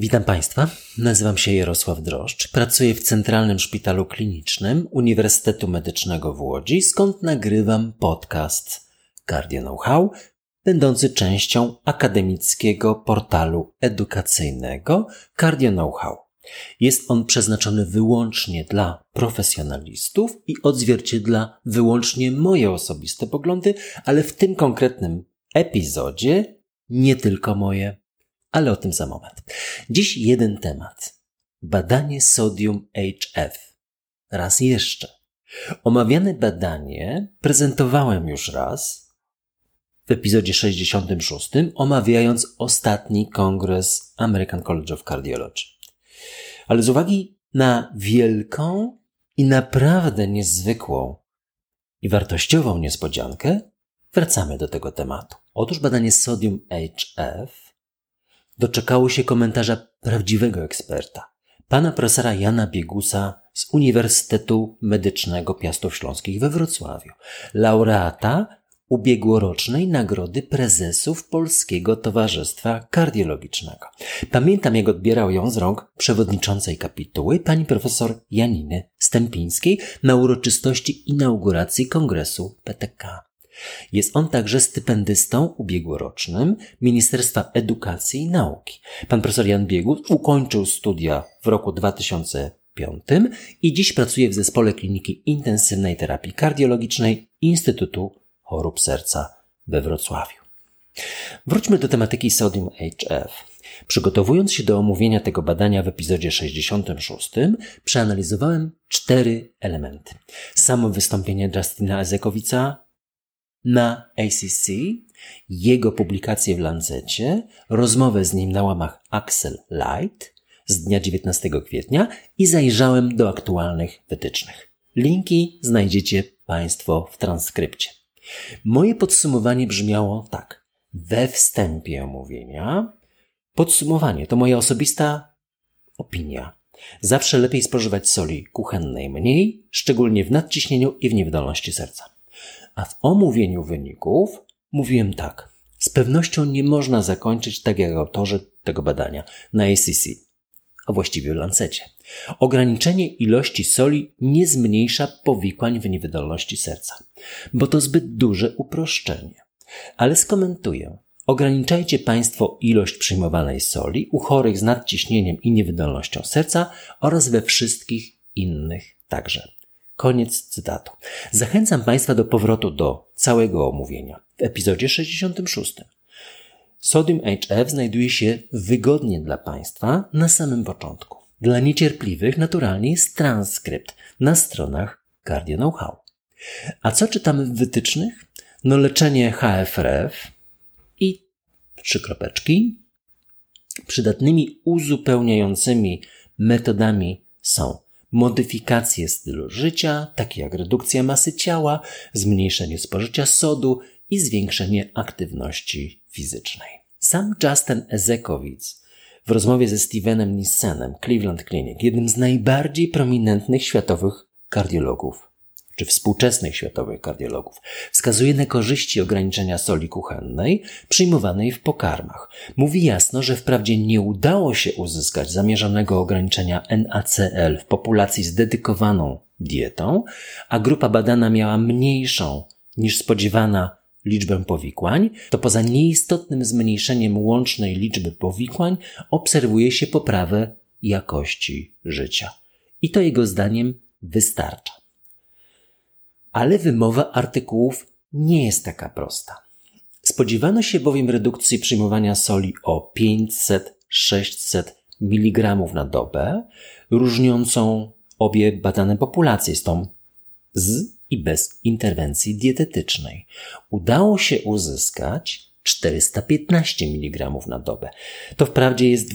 Witam Państwa, nazywam się Jarosław Droszcz, pracuję w Centralnym Szpitalu Klinicznym Uniwersytetu Medycznego w Łodzi, skąd nagrywam podcast Cardio Know-how, będący częścią akademickiego portalu edukacyjnego Cardio Know-how. Jest on przeznaczony wyłącznie dla profesjonalistów i odzwierciedla wyłącznie moje osobiste poglądy, ale w tym konkretnym epizodzie nie tylko moje, ale o tym za moment. Dziś jeden temat. Badanie Sodium HF. Raz jeszcze. Omawiane badanie prezentowałem już raz w epizodzie 66, omawiając ostatni kongres American College of Cardiology. Ale z uwagi na wielką i naprawdę niezwykłą i wartościową niespodziankę, wracamy do tego tematu. Otóż badanie Sodium HF doczekało się komentarza prawdziwego eksperta, pana profesora Jana Biegusa z Uniwersytetu Medycznego Piastów Śląskich we Wrocławiu, laureata ubiegłorocznej Nagrody Prezesów Polskiego Towarzystwa Kardiologicznego. Pamiętam, jak odbierał ją z rąk przewodniczącej kapituły, pani profesor Janiny Stępińskiej na uroczystości inauguracji Kongresu PTK. Jest on także stypendystą ubiegłorocznym Ministerstwa Edukacji i Nauki. Pan profesor Jan Biegus ukończył studia w roku 2005 i dziś pracuje w Zespole Kliniki Intensywnej Terapii Kardiologicznej Instytutu Chorób Serca we Wrocławiu. Wróćmy do tematyki Sodium HF. Przygotowując się do omówienia tego badania w epizodzie 66, przeanalizowałem 4 elementy. Samo wystąpienie Justina Ezekowica na ACC, jego publikację w Lancecie, rozmowę z nim na łamach Axel Light z dnia 19 kwietnia i zajrzałem do aktualnych wytycznych. Linki znajdziecie Państwo w transkrypcie. Moje podsumowanie brzmiało tak. We wstępie omówienia, podsumowanie to moja osobista opinia. Zawsze lepiej spożywać soli kuchennej mniej, szczególnie w nadciśnieniu i w niewydolności serca. A w omówieniu wyników mówiłem tak. Z pewnością nie można zakończyć tak jak autorzy tego badania na ACC, a właściwie w Lancecie. Ograniczenie ilości soli nie zmniejsza powikłań w niewydolności serca, bo to zbyt duże uproszczenie. Ale skomentuję. Ograniczajcie Państwo ilość przyjmowanej soli u chorych z nadciśnieniem i niewydolnością serca oraz we wszystkich innych także. Koniec cytatu. Zachęcam Państwa do powrotu do całego omówienia w epizodzie 66. Sodium HF znajduje się wygodnie dla Państwa na samym początku. Dla niecierpliwych naturalnie jest transkrypt na stronach Cardio Know-how. A co czytamy w wytycznych? Leczenie HFrEF i 3 kropeczki. Przydatnymi uzupełniającymi metodami są modyfikacje stylu życia, takie jak redukcja masy ciała, zmniejszenie spożycia sodu i zwiększenie aktywności fizycznej. Sam Justin Ezekowicz w rozmowie ze Stevenem Nissenem, Cleveland Clinic, jednym z najbardziej prominentnych światowych kardiologów, czy współczesnych światowych kardiologów, wskazuje na korzyści ograniczenia soli kuchennej przyjmowanej w pokarmach. Mówi jasno, że wprawdzie nie udało się uzyskać zamierzonego ograniczenia NaCl w populacji z dedykowaną dietą, a grupa badana miała mniejszą niż spodziewana liczbę powikłań, to poza nieistotnym zmniejszeniem łącznej liczby powikłań obserwuje się poprawę jakości życia. I to jego zdaniem wystarcza. Ale wymowa artykułów nie jest taka prosta. Spodziewano się bowiem redukcji przyjmowania soli o 500-600 mg na dobę, różniącą obie badane populacje, z tą z i bez interwencji dietetycznej. Udało się uzyskać 415 mg na dobę. To wprawdzie jest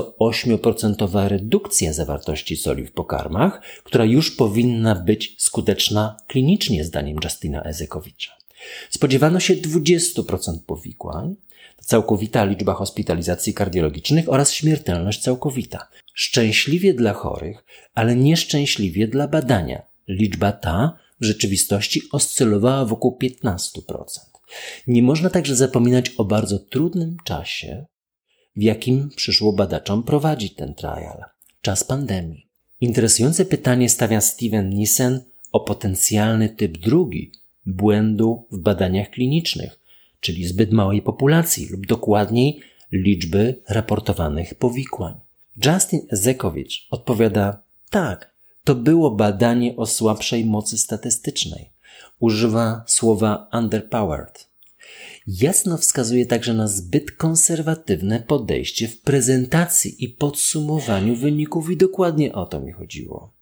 28% redukcja zawartości soli w pokarmach, która już powinna być skuteczna klinicznie zdaniem Justina Ezekowicza. Spodziewano się 20% powikłań, całkowita liczba hospitalizacji kardiologicznych oraz śmiertelność całkowita. Szczęśliwie dla chorych, ale nieszczęśliwie dla badania. Liczba ta w rzeczywistości oscylowała wokół 15%. Nie można także zapominać o bardzo trudnym czasie, w jakim przyszło badaczom prowadzić ten trial. Czas pandemii. Interesujące pytanie stawia Steven Nissen o potencjalny typ drugi błędu w badaniach klinicznych, czyli zbyt małej populacji lub dokładniej liczby raportowanych powikłań. Justin Ezekowicz odpowiada: tak, to było badanie o słabszej mocy statystycznej. Używa słowa underpowered. Jasno wskazuje także na zbyt konserwatywne podejście w prezentacji i podsumowaniu wyników i dokładnie o to mi chodziło.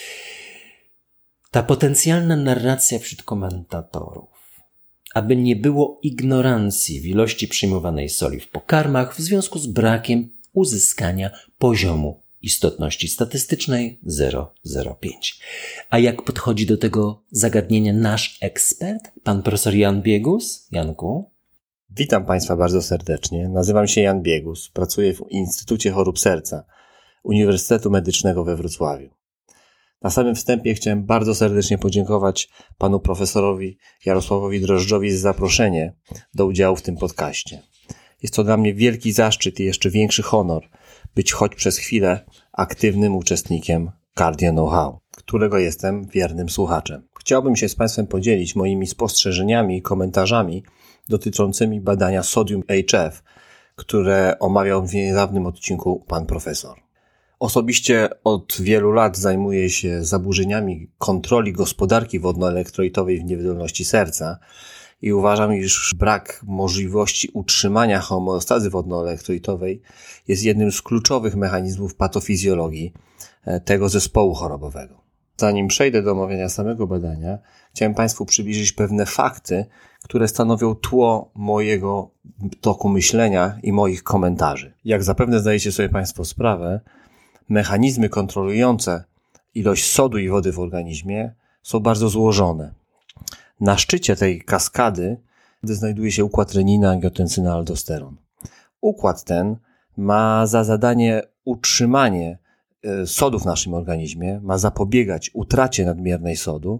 Ta potencjalna narracja wśród komentatorów, aby nie było ignorancji w ilości przyjmowanej soli w pokarmach w związku z brakiem uzyskania poziomu istotności statystycznej 0,05. A jak podchodzi do tego zagadnienia nasz ekspert, pan profesor Jan Biegus? Janku? Witam Państwa bardzo serdecznie. Nazywam się Jan Biegus. Pracuję w Instytucie Chorób Serca Uniwersytetu Medycznego we Wrocławiu. Na samym wstępie chciałem bardzo serdecznie podziękować panu profesorowi Jarosławowi Drożdżowi za zaproszenie do udziału w tym podcaście. Jest to dla mnie wielki zaszczyt i jeszcze większy honor być choć przez chwilę aktywnym uczestnikiem Cardio Know-how, którego jestem wiernym słuchaczem. Chciałbym się z Państwem podzielić moimi spostrzeżeniami i komentarzami dotyczącymi badania Sodium HF, które omawiał w niedawnym odcinku pan profesor. Osobiście od wielu lat zajmuję się zaburzeniami kontroli gospodarki wodnoelektrolitowej w niewydolności serca i uważam, iż brak możliwości utrzymania homeostazy wodnoelektrolitowej jest jednym z kluczowych mechanizmów patofizjologii tego zespołu chorobowego. Zanim przejdę do omawiania samego badania, chciałem Państwu przybliżyć pewne fakty, które stanowią tło mojego toku myślenia i moich komentarzy. Jak zapewne zdajecie sobie Państwo sprawę, mechanizmy kontrolujące ilość sodu i wody w organizmie są bardzo złożone. Na szczycie tej kaskady znajduje się układ renina-angiotensyna-aldosteron. Układ ten ma za zadanie utrzymanie sodu w naszym organizmie, ma zapobiegać utracie nadmiernej sodu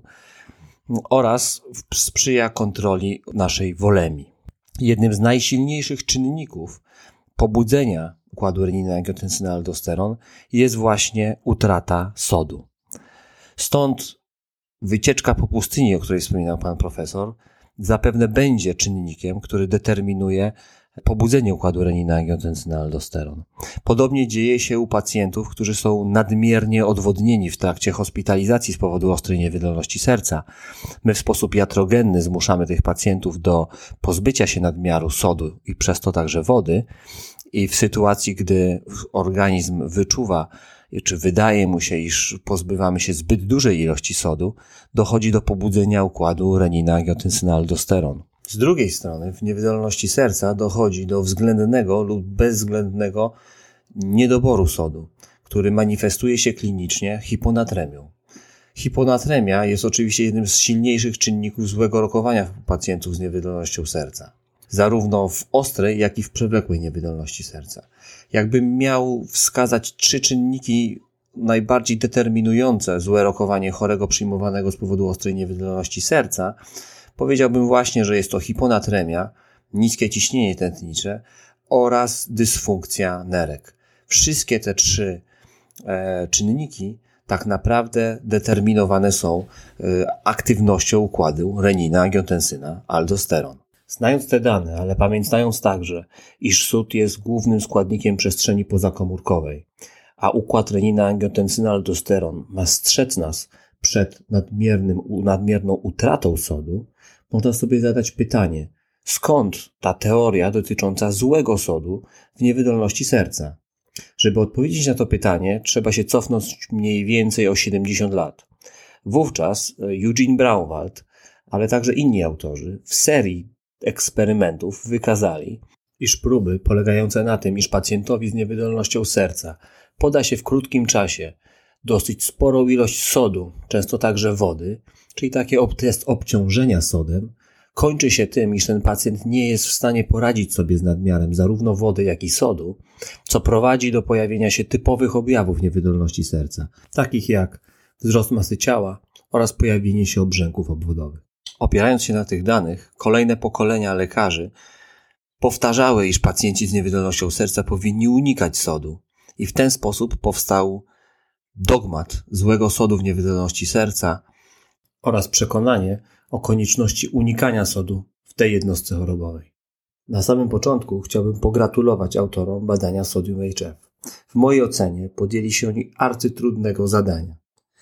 oraz sprzyja kontroli naszej wolemii. Jednym z najsilniejszych czynników pobudzenia układu renina-angiotensyna-aldosteron jest właśnie utrata sodu. Stąd wycieczka po pustyni, o której wspominał pan profesor, zapewne będzie czynnikiem, który determinuje pobudzenie układu renina-angiotensyna-aldosteron. Podobnie dzieje się u pacjentów, którzy są nadmiernie odwodnieni w trakcie hospitalizacji z powodu ostrej niewydolności serca. My w sposób iatrogenny zmuszamy tych pacjentów do pozbycia się nadmiaru sodu i przez to także wody i w sytuacji, gdy organizm wyczuwa, czy wydaje mu się, iż pozbywamy się zbyt dużej ilości sodu, dochodzi do pobudzenia układu renina-angiotensyna-aldosteron. Z drugiej strony w niewydolności serca dochodzi do względnego lub bezwzględnego niedoboru sodu, który manifestuje się klinicznie hiponatremią. Hiponatremia jest oczywiście jednym z silniejszych czynników złego rokowania pacjentów z niewydolnością serca, zarówno w ostrej, jak i w przewlekłej niewydolności serca. Jakbym miał wskazać 3 czynniki najbardziej determinujące złe rokowanie chorego przyjmowanego z powodu ostrej niewydolności serca, powiedziałbym właśnie, że jest to hiponatremia, niskie ciśnienie tętnicze oraz dysfunkcja nerek. Wszystkie te 3 czynniki tak naprawdę determinowane są aktywnością układu renina-angiotensyna-aldosteron. Znając te dane, ale pamiętając także, iż sód jest głównym składnikiem przestrzeni pozakomórkowej, a układ renina-angiotensyna-aldosteron ma strzec nas przed nadmierną utratą sodu, można sobie zadać pytanie, skąd ta teoria dotycząca złego sodu w niewydolności serca? Żeby odpowiedzieć na to pytanie, trzeba się cofnąć mniej więcej o 70 lat. Wówczas Eugene Braunwald, ale także inni autorzy w serii eksperymentów wykazali, iż próby polegające na tym, iż pacjentowi z niewydolnością serca poda się w krótkim czasie dosyć sporą ilość sodu, często także wody, czyli taki test obciążenia sodem, kończy się tym, iż ten pacjent nie jest w stanie poradzić sobie z nadmiarem zarówno wody, jak i sodu, co prowadzi do pojawienia się typowych objawów niewydolności serca, takich jak wzrost masy ciała oraz pojawienie się obrzęków obwodowych. Opierając się na tych danych, kolejne pokolenia lekarzy powtarzały, iż pacjenci z niewydolnością serca powinni unikać sodu i w ten sposób powstał dogmat złego sodu w niewydolności serca oraz przekonanie o konieczności unikania sodu w tej jednostce chorobowej. Na samym początku chciałbym pogratulować autorom badania Sodium HF. W mojej ocenie podjęli się oni arcytrudnego zadania.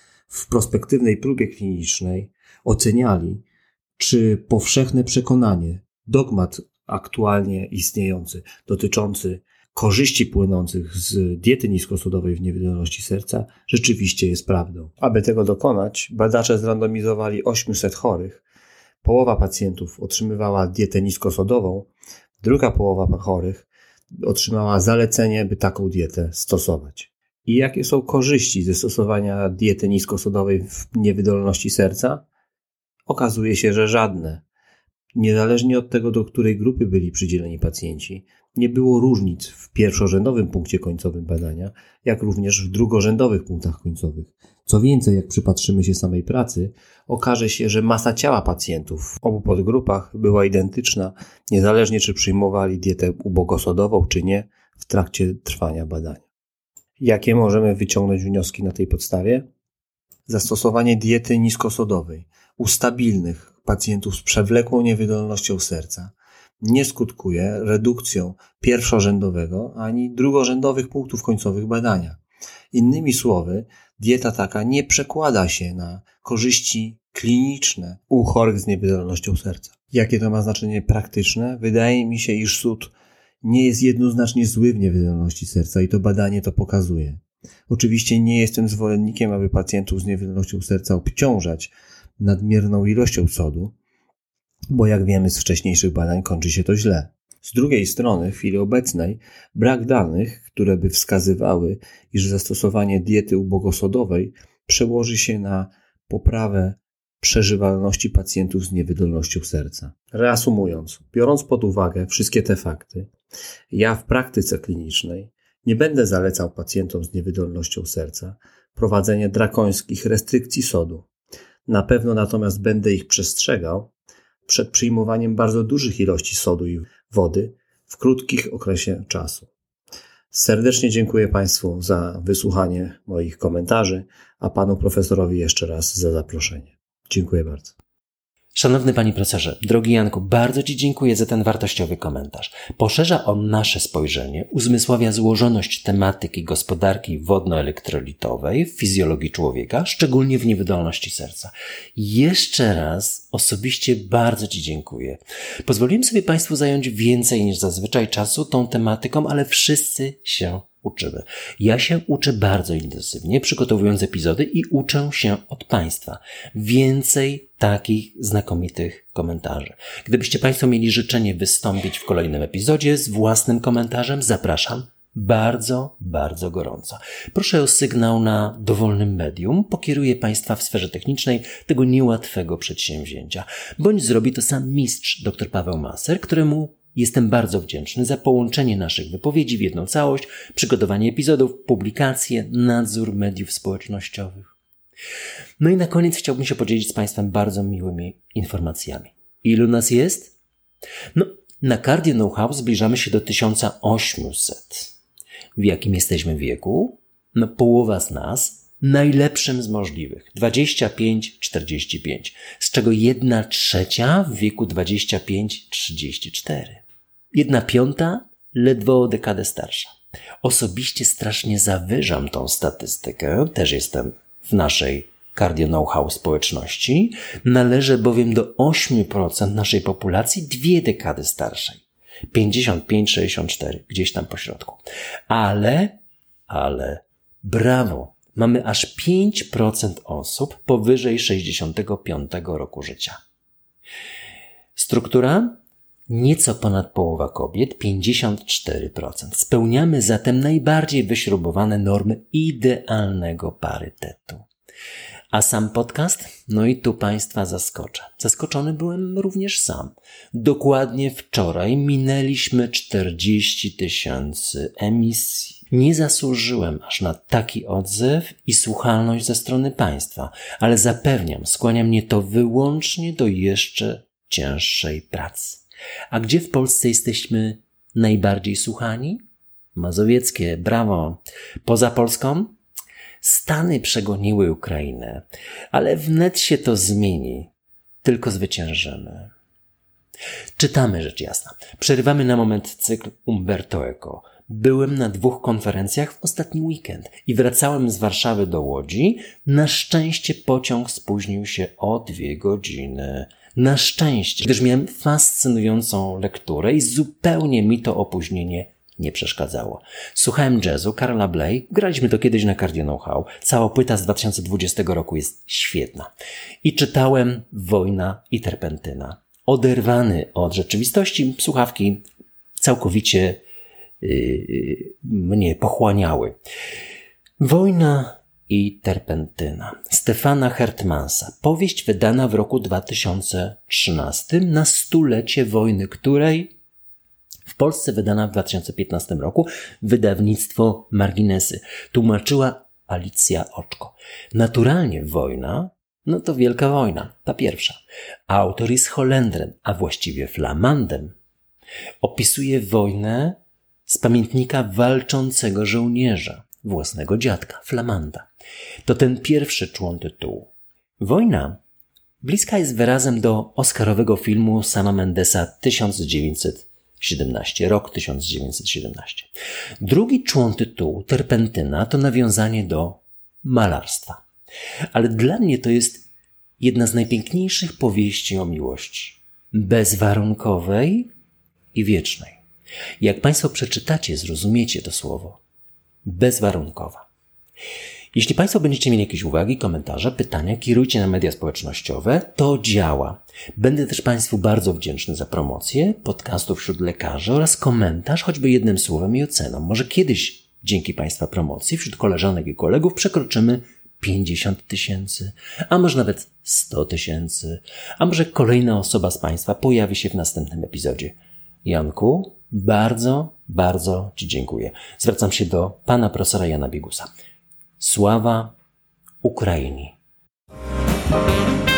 W prospektywnej próbie klinicznej oceniali, czy powszechne przekonanie, dogmat aktualnie istniejący, dotyczący korzyści płynących z diety niskosodowej w niewydolności serca, rzeczywiście jest prawdą. Aby tego dokonać, badacze zrandomizowali 800 chorych. Połowa pacjentów otrzymywała dietę niskosodową, druga połowa chorych otrzymała zalecenie, by taką dietę stosować. I jakie są korzyści ze stosowania diety niskosodowej w niewydolności serca? Okazuje się, że żadne. Niezależnie od tego, do której grupy byli przydzieleni pacjenci, nie było różnic w pierwszorzędowym punkcie końcowym badania, jak również w drugorzędowych punktach końcowych. Co więcej, jak przypatrzymy się samej pracy, okaże się, że masa ciała pacjentów w obu podgrupach była identyczna, niezależnie czy przyjmowali dietę ubogosodową czy nie w trakcie trwania badania. Jakie możemy wyciągnąć wnioski na tej podstawie? Zastosowanie diety niskosodowej u stabilnych pacjentów z przewlekłą niewydolnością serca nie skutkuje redukcją pierwszorzędowego ani drugorzędowych punktów końcowych badania. Innymi słowy, dieta taka nie przekłada się na korzyści kliniczne u chorych z niewydolnością serca. Jakie to ma znaczenie praktyczne? Wydaje mi się, iż sód nie jest jednoznacznie zły w niewydolności serca i to badanie to pokazuje. Oczywiście nie jestem zwolennikiem, aby pacjentów z niewydolnością serca obciążać nadmierną ilością sodu, bo jak wiemy z wcześniejszych badań kończy się to źle. Z drugiej strony w chwili obecnej brak danych, które by wskazywały, iż zastosowanie diety ubogosodowej przełoży się na poprawę przeżywalności pacjentów z niewydolnością serca. Reasumując, biorąc pod uwagę wszystkie te fakty, ja w praktyce klinicznej nie będę zalecał pacjentom z niewydolnością serca prowadzenia drakońskich restrykcji sodu. Na pewno natomiast będę ich przestrzegał przed przyjmowaniem bardzo dużych ilości sodu i wody w krótkich okresie czasu. Serdecznie dziękuję Państwu za wysłuchanie moich komentarzy, a Panu Profesorowi jeszcze raz za zaproszenie. Dziękuję bardzo. Szanowny Panie Profesorze, drogi Janku, bardzo Ci dziękuję za ten wartościowy komentarz. Poszerza on nasze spojrzenie, uzmysławia złożoność tematyki gospodarki wodno-elektrolitowej w fizjologii człowieka, szczególnie w niewydolności serca. Jeszcze raz osobiście bardzo Ci dziękuję. Pozwoliłem sobie Państwu zająć więcej niż zazwyczaj czasu tą tematyką, ale wszyscy się uczymy. Ja się uczę bardzo intensywnie, przygotowując epizody i uczę się od Państwa. Więcej takich znakomitych komentarzy. Gdybyście Państwo mieli życzenie wystąpić w kolejnym epizodzie z własnym komentarzem, zapraszam bardzo, bardzo gorąco. Proszę o sygnał na dowolnym medium. Pokieruję Państwa w sferze technicznej tego niełatwego przedsięwzięcia. Bądź zrobi to sam mistrz dr Paweł Maser, któremu jestem bardzo wdzięczny za połączenie naszych wypowiedzi w jedną całość, przygotowanie epizodów, publikacje, nadzór mediów społecznościowych. No i na koniec chciałbym się podzielić z Państwem bardzo miłymi informacjami. Ilu nas jest? Na Cardio Know-how zbliżamy się do 1800. W jakim jesteśmy wieku? Połowa z nas najlepszym z możliwych. 25-45. Z czego 1/3 w wieku 25-34. 1/5 ledwo o dekadę starsza. Osobiście strasznie zawyżam tą statystykę. Też jestem w naszej Cardio Know-how społeczności. Należę bowiem do 8% naszej populacji 2 dekady starszej. 55-64, gdzieś tam po środku. Ale brawo! Mamy aż 5% osób powyżej 65 roku życia. Struktura? Nieco ponad połowa kobiet, 54%. Spełniamy zatem najbardziej wyśrubowane normy idealnego parytetu. A sam podcast? No i tu Państwa zaskoczę. Zaskoczony byłem również sam. Dokładnie wczoraj minęliśmy 40 000 emisji. Nie zasłużyłem aż na taki odzew i słuchalność ze strony Państwa, ale zapewniam, skłania mnie to wyłącznie do jeszcze cięższej pracy. A gdzie w Polsce jesteśmy najbardziej słuchani? Mazowieckie, brawo. Poza Polską? Stany przegoniły Ukrainę, ale wnet się to zmieni. Tylko zwyciężymy. Czytamy rzecz jasna. Przerywamy na moment cykl Umberto Eco. Byłem na 2 konferencjach w ostatni weekend i wracałem z Warszawy do Łodzi. Na szczęście pociąg spóźnił się o 2 godziny. Na szczęście, gdyż miałem fascynującą lekturę i zupełnie mi to opóźnienie nie przeszkadzało. Słuchałem jazzu Carla Bley, graliśmy to kiedyś na Cardio Know-how. Cała płyta z 2020 roku jest świetna. I czytałem Wojna i terpentyna. Oderwany od rzeczywistości, słuchawki całkowicie mnie pochłaniały. Wojna i terpentyna Stefana Hertmansa. Powieść wydana w roku 2013 na 100-lecie wojny, której w Polsce wydana w 2015 roku. Wydawnictwo Marginesy. Tłumaczyła Alicja Oczko. Naturalnie wojna, no to wielka wojna, ta pierwsza. Autor jest Holendrem, a właściwie Flamandem. Opisuje wojnę z pamiętnika walczącego żołnierza, własnego dziadka, Flamanda. To ten pierwszy człon tytułu. Wojna bliska jest wyrazem do oscarowego filmu Sama Mendesa 1917, rok 1917. Drugi człon tytułu, terpentyna, to nawiązanie do malarstwa. Ale dla mnie to jest jedna z najpiękniejszych powieści o miłości. Bezwarunkowej i wiecznej. Jak Państwo przeczytacie, zrozumiecie to słowo. Bezwarunkowa. Jeśli Państwo będziecie mieli jakieś uwagi, komentarze, pytania, kierujcie na media społecznościowe. To działa. Będę też Państwu bardzo wdzięczny za promocję podcastów wśród lekarzy oraz komentarz, choćby jednym słowem i oceną. Może kiedyś, dzięki Państwa promocji, wśród koleżanek i kolegów przekroczymy 50 000, a może nawet 100 000, a może kolejna osoba z Państwa pojawi się w następnym epizodzie. Janku, bardzo, bardzo Ci dziękuję. Zwracam się do pana profesora Jana Biegusa. Sława Ukrainie!